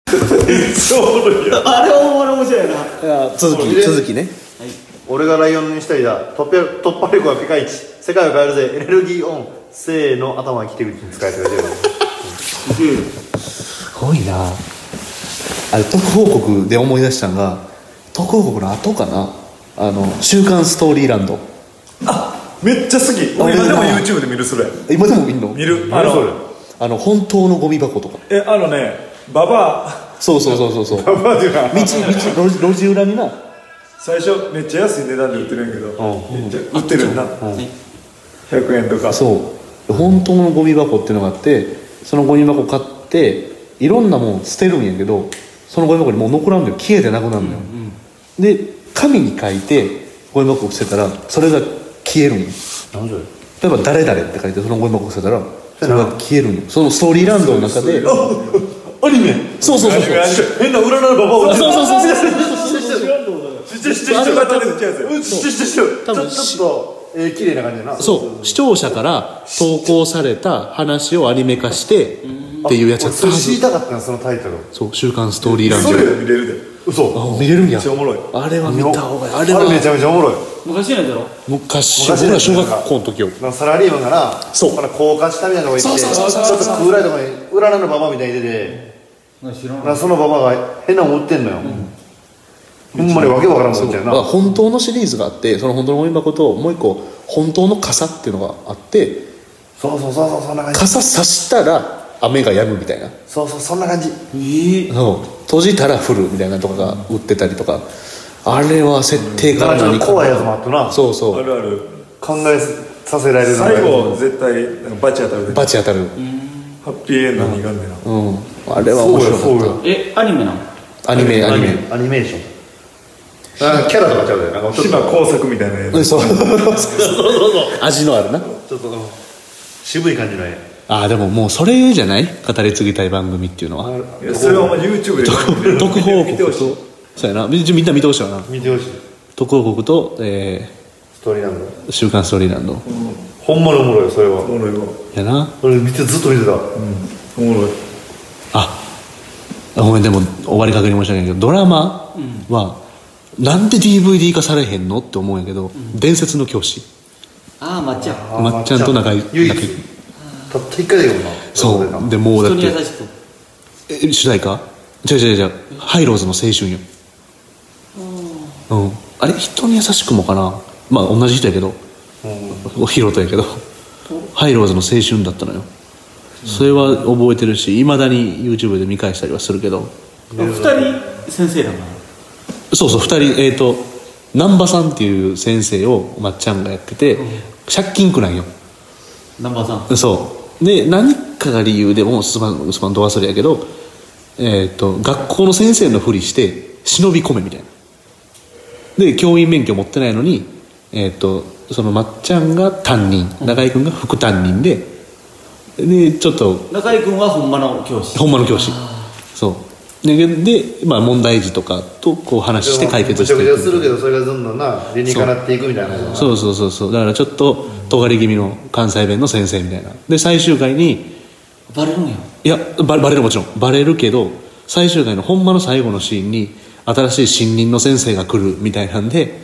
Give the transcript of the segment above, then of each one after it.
そうあれは面白いな。 続きね。 俺がライオンにしたいだ。突破力はピカイチ。世界を変えるぜ。エネルギーオン。せーの、頭に来て口に使えてくれてる。 すごいな。あれ特報告で思い出したのが、特報告の後かな、週刊ストーリーランド。 めっちゃ好き。俺今でも YouTube で見る。それ今でも見んの？ 見る。 本当のゴミ箱とか。 ババア。 そうババアっていうか路地裏にな、 最初めっちゃ安い値段で売ってるんやけど、めっちゃ売ってるんだ、100円とか。 そう本当のゴミ箱っていうのがあって、そのゴミ箱買っていろんなもん捨てるんやけど、そのゴミ箱にもう残らんのよ。消えてなくなるのよ、で紙に書いてゴミ箱を捨てたらそれが消えるんよ。例えば誰々って書いてそのゴミ箱を捨てたらそれが消えるんよ。そのストーリーランドの中でアニメ。 そう変な占いババアを。 そうちょっと綺麗な感じだな。 そう視聴者から投稿された話をアニメ化してっていうやつやったはず。 知りたかったな、そのタイトル。 そう週刊ストーリーランド。 それ見れるで。 嘘。 見れるんや。 めっちゃおもろい。 あれは見た方がいい。あれめちゃめちゃおもろい。 昔のやつだろ。 昔僕ら小学校の時よ。 サラリーマンがな、 そう高架下みたいなとこ行って、ちょっと暗いとこに占いのババアみたいに出て、そのババアが変なもん売ってんのよ。ほんまにわけわからんもん売ってんな。 本当のシリーズがあって、その本当のゴミ箱ともう一個本当の傘っていうのがあって、 そんな感じ。 傘さしたら雨が止むみたいな。 そんな感じ。 閉じたら降るみたいなとかが売ってたりとか。あれは設定から何か怖いやつもあったな。 そうある考えさせられる。 最後絶対バチ当たる。 バチ当たる。 ハッピーエンドにいかんねんな。 あれは面白かった。 アニメなの？ アニメーション。キャラとかちゃうで、なんかちょっと島工作みたいなやつ。 そう味のあるな。 ちょっと渋い感じの絵。 でももうそれじゃない、語り継ぎたい番組っていうのは。 それはお前 YouTube で特報告と、そうやな、みんな見てほしいよな。 見てほしい。 特報告と、 ストーリーランド、 週刊ストーリーランド。 ほんまにおもろいよ、それは。 おもろいわ。 やな。 俺ずっと見てた。 おもろい。 ごめん、でも終わりかけに申し訳ないけど、ドラマはなんで DVD 化されへんのって思うんやけど、伝説の教師。 まっちゃん。 まっちゃんと仲いい。 たった一回だけどな。 そうでもうだって人に優しく。 主題歌違うハイローズの青春よ。あれ人に優しくもかな、同じ人やけど、ヒロトやけど、ハイローズの青春だったのよ。それは覚えてるし、いまだに YouTube で見返したりはするけど。 2人先生だから。 そう2人、難波さんっていう先生をまっちゃんがやってて、借金苦なんよ。 難波さん。 そうで何かが理由でもうすまんと忘れやけど、学校の先生のふりして忍び込めみたいな。で教員免許持ってないのに、そのまっちゃんが担任、中居君が副担任でちょっと中居君はほんまの教師。 そうで問題児とかとこう話して解決していく。 めちゃくちゃするけど、それがどんどんな理にかなっていくみたいな。 そうだからちょっと尖り気味の関西弁の先生みたいな。で最終回にバレるんや。 いやバレる、もちろんバレるけど、最終回のほんまの最後のシーンに新しい新任の先生が来るみたいなんで、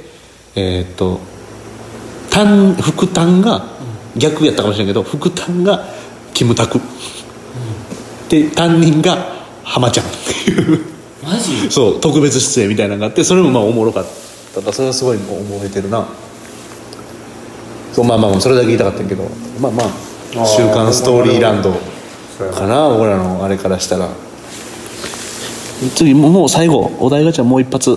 副担が逆やったかもしれんけど、副担がキムタク、で担任が浜ちゃんっていうマジ？ そう特別出演みたいなのがあって、それもおもろかったから、それはすごい覚えてるな。そうそれだけ言いたかったんやけど、週刊ストーリーランドかな、僕らのあれからしたら。次もう最後お題ガチャもう一発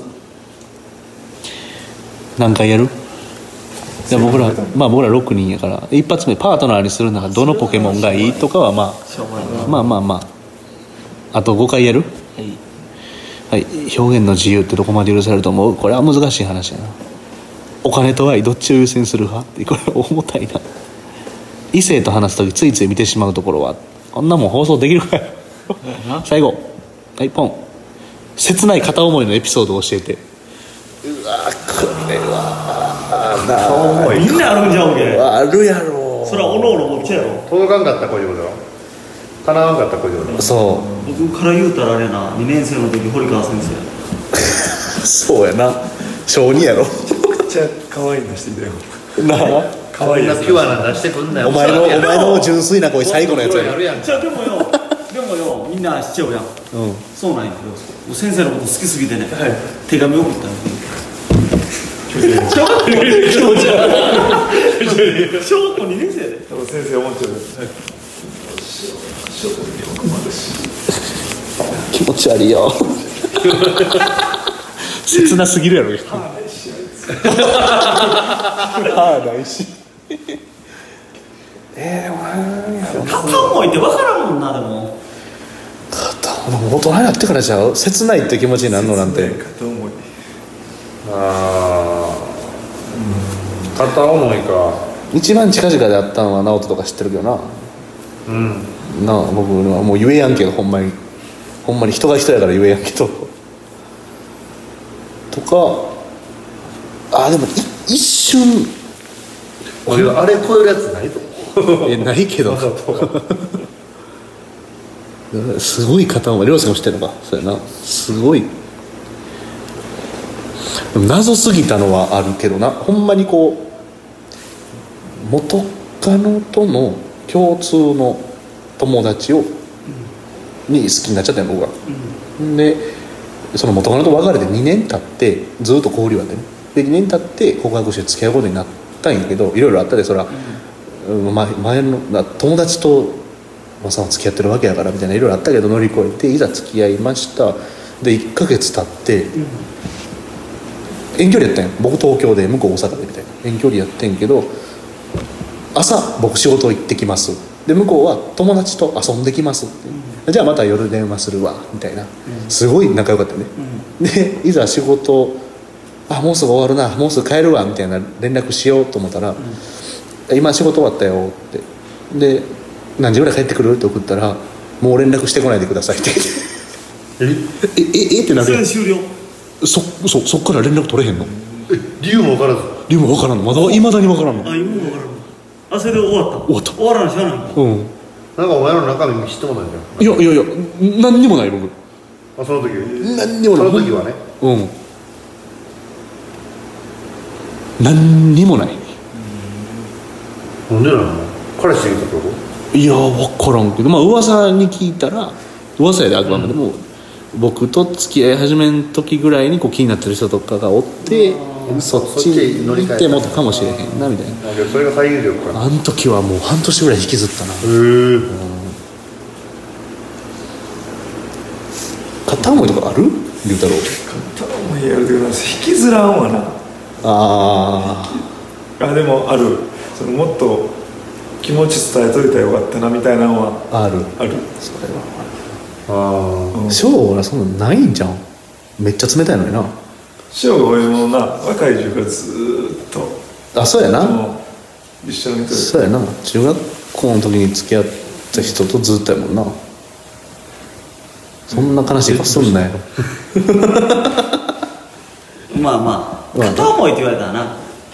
何回やる？いや僕ら6人やから、一発目パートナーにするならどのポケモンがいいとかはあと5回やる？はい、表現の自由ってどこまで許されると思う？これは難しい話やな。お金と愛どっちを優先する派って、これ重たいな。異性と話す時ついつい見てしまうところは？こんなもん放送できるかよ最後はいポン。切ない片思いのエピソードを教えて。うわこれはみんなあるんじゃんけ。 あるやろ。 それはおのおの持っちゃやろ。 届かんかったこういうことよ。 叶わなかった子で俺そ僕から言うたらあれやな、2年生の時堀川先生や。 うそうやな、小2やろめっちゃ可愛いのしてたよ。 なあ、 可愛いやつピュアな出してくんなよお前の純粋な声最後のやつやろ。 やんじゃあでもよみんなしちゃうやん。そうなんやけど、先生のこと好きすぎてね、手紙送ったの。小学校2年生で。 多分先生思っちゃう。 気持ち悪いよ切なすぎるやろ。歯ないしでも片思いって分からんもんな。でも大人になってからじゃう、切ないって気持ちになるのなんて。 片思い。 片思いか。 一番近々であったのは直人とか知ってるけどな。なあ、僕はもう言えやんけど、ほんまに人が人やから言えやんけどとか、でも一瞬俺あれ超えるやつないとないけどすごい片思い、りょうさんも知ってるのか。そうやな、すごい謎すぎたのはあるけどな。ほんまにこう元カノとの共通の友達に好きになっちゃったよ僕は、でその元カノと別れて2年経ってずっと交流あってね、で2年経って告白して付き合うことになったんやけど、いろいろあったで、そら、前の友達とさん付き合ってるわけやからみたいな、いろいろあったけど乗り越えていざ付き合いました。で1ヶ月経って、遠距離やったんや。僕東京で向こう大阪でみたいな遠距離やってんけど、朝僕仕事行ってきます、で向こうは友達と遊んできますって、じゃあまた夜電話するわみたいな、すごい仲良かったね、でいざ仕事もうすぐ終わるな、もうすぐ帰るわみたいな連絡しようと思ったら、今仕事終わったよって、で何時ぐらい帰ってくるって送ったら、もう連絡してこないでくださいってってなるやん。 終了。 そっから連絡取れへんの。 理由も分からず。 理由も分からんの、まだいまだに分からんの。 今も分からん。それで終わった。終わらなしゃあないんか。 なんかお前の中身知ってもないじゃん。 いや何にもない僕。 その時何にもない。 その時はね。 何にもない。 なんでなの？彼氏いたってこと？ いや分からんけど、噂に聞いたら、噂やであくまでも、僕と付き合い始めん時ぐらいにこう気になってる人とかがおって、そっちに乗ってもったかもしれへんなみたいな。 それが最有力かな。 あの時はもう半年ぐらい引きずったな。片思いとかある？龍太郎。 片思いやるけど引きずらんわな。でもある。そのもっと気持ち伝えといたらよかったなみたいなのはある。それは翔はそんなないんじゃん。めっちゃ冷たいのにな。 翔が俺もな、若い時からずーっとそうやな、 一緒に。 そうやな、中学校の時に付き合った人とずっとやもんな。そんな悲しいことすんなよ片思いって言われたらな。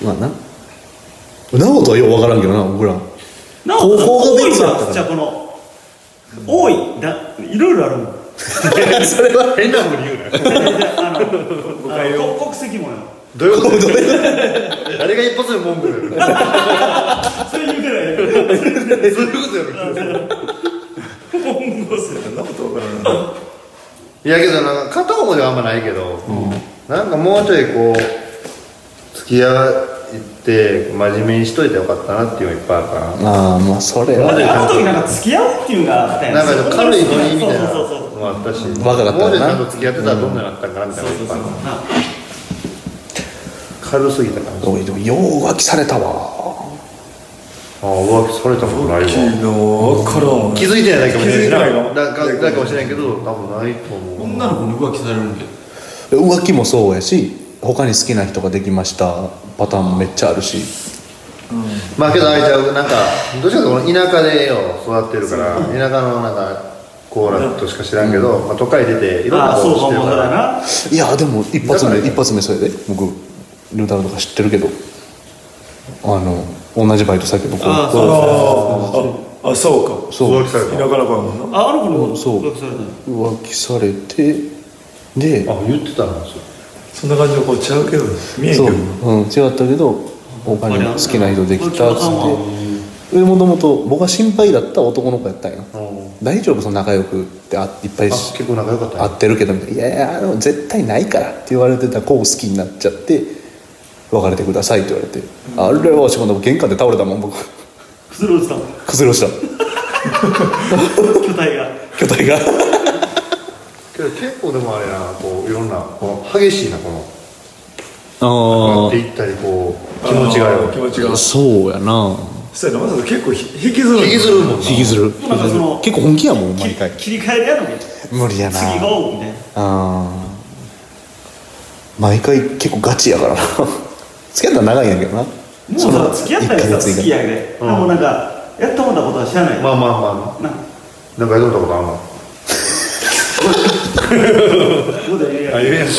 直人はよう分からんけどな、僕ら高校が別だったから。 じゃあこの多いいろいろあるもんそれは変なふうに言うなよ。 国籍もよ。 どういうこと？誰が一発で文句言うの？ それ言うてない。 そういうことやろ。 文句する。 そんなこと分からない。 いやけどなんか片思いはあんまないけど、なんかもうちょいこう付き合って真面目にしといてよかったなっていうのがいっぱいあるから。 それはあの時なんか付き合うっていうのがあったやん。 なんか軽いノリみたいなのもあったし、 若かったよな。 もうちょいちゃんと付き合ってたらどんなになったんかなみたいなのがいっぱいあるから。軽すぎたから。 でもよう浮気されたわ。 浮気されたことないわ。気づいてないかもしれないだかもしれないけど多分ないと思う。 女の子に浮気されるんで。 浮気もそうやし、他に好きな人ができましたパターンもめっちゃあるし、 けどあいちゃうなんかどっちかというと田舎で育ってるから田舎のなんかコーラとしか知らんけど、都会出ていろんなことしてるから。 いやでも一発目それで僕龍太郎とか知ってるけど、同じバイト先の子あ、そうか。 浮気された。 田舎の子やもんな。 あの子にもそう浮気されたの。 浮気されてであ、言ってたんですよ。 そんな感じの子ちゃうけど見えんけそう、 ど違ったけど他に好きな人できたっつってもともと僕が心配だった男の子やったんよ。大丈夫その仲良くっていっぱい結構仲良かった会ってるけどみたいな、いやいや絶対ないからって言われてた子を好きになっちゃって別れてくださいって言われて、あれはしかも玄関で倒れたもん僕。 崩れ落ちたの。 崩れ落ち巨体が。 た巨体がけど結構でもあれな、こういろんなこの激しいな、このあっていったりこう気持ちがよ、 気持ちがそうやな、 そうやな、まさか結構引きずる引きずるもんな。 引きずるなんかその結構本気やもん毎回。 切り替えでやるのに。 無理やな次ゴーみたいな。 毎回結構ガチやからな付き合ったら長いんやけどな。 もうさ、付き合ったらさ、好きやで。でもなんか、やってもらったことは知らない。 まあまあまあな。 なんかやったことあんの？ ここで言えや。 言えやん。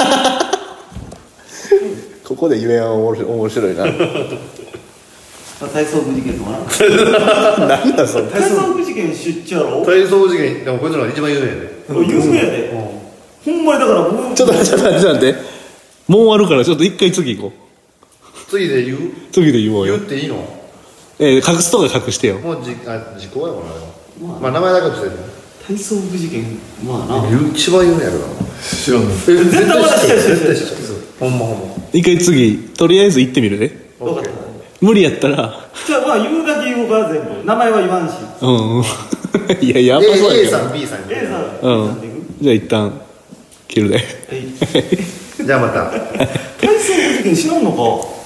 ここで言えやん面白いな体操部事件とかな。 何だそれ体操部事件出張やろ。 体操事件でもこいつのが一番有名やで。 有名やで。ほんまにだから僕。 ちょっと待ってもう終わるからちょっと一回次行こう。 次で言う？ 次で言おうよ。 言っていいの？ 隠すとか隠してよ。 もう時効やもんな。まあ名前だけ伏せて。 体操部事件、まあな。 一番有名やからな。 知らんの。 絶対まだ知ってる。 絶対知ってる。ほんまほんま。 一回次とりあえず行ってみるね。 分かった。 無理やったらじゃあまあ言うだけ言うから全部。名前は言わんし。 うんいややばそうや A けどさん B さん A さん。 うんじゃあ一旦切るでじゃあまた。 体操部事件知らんのか。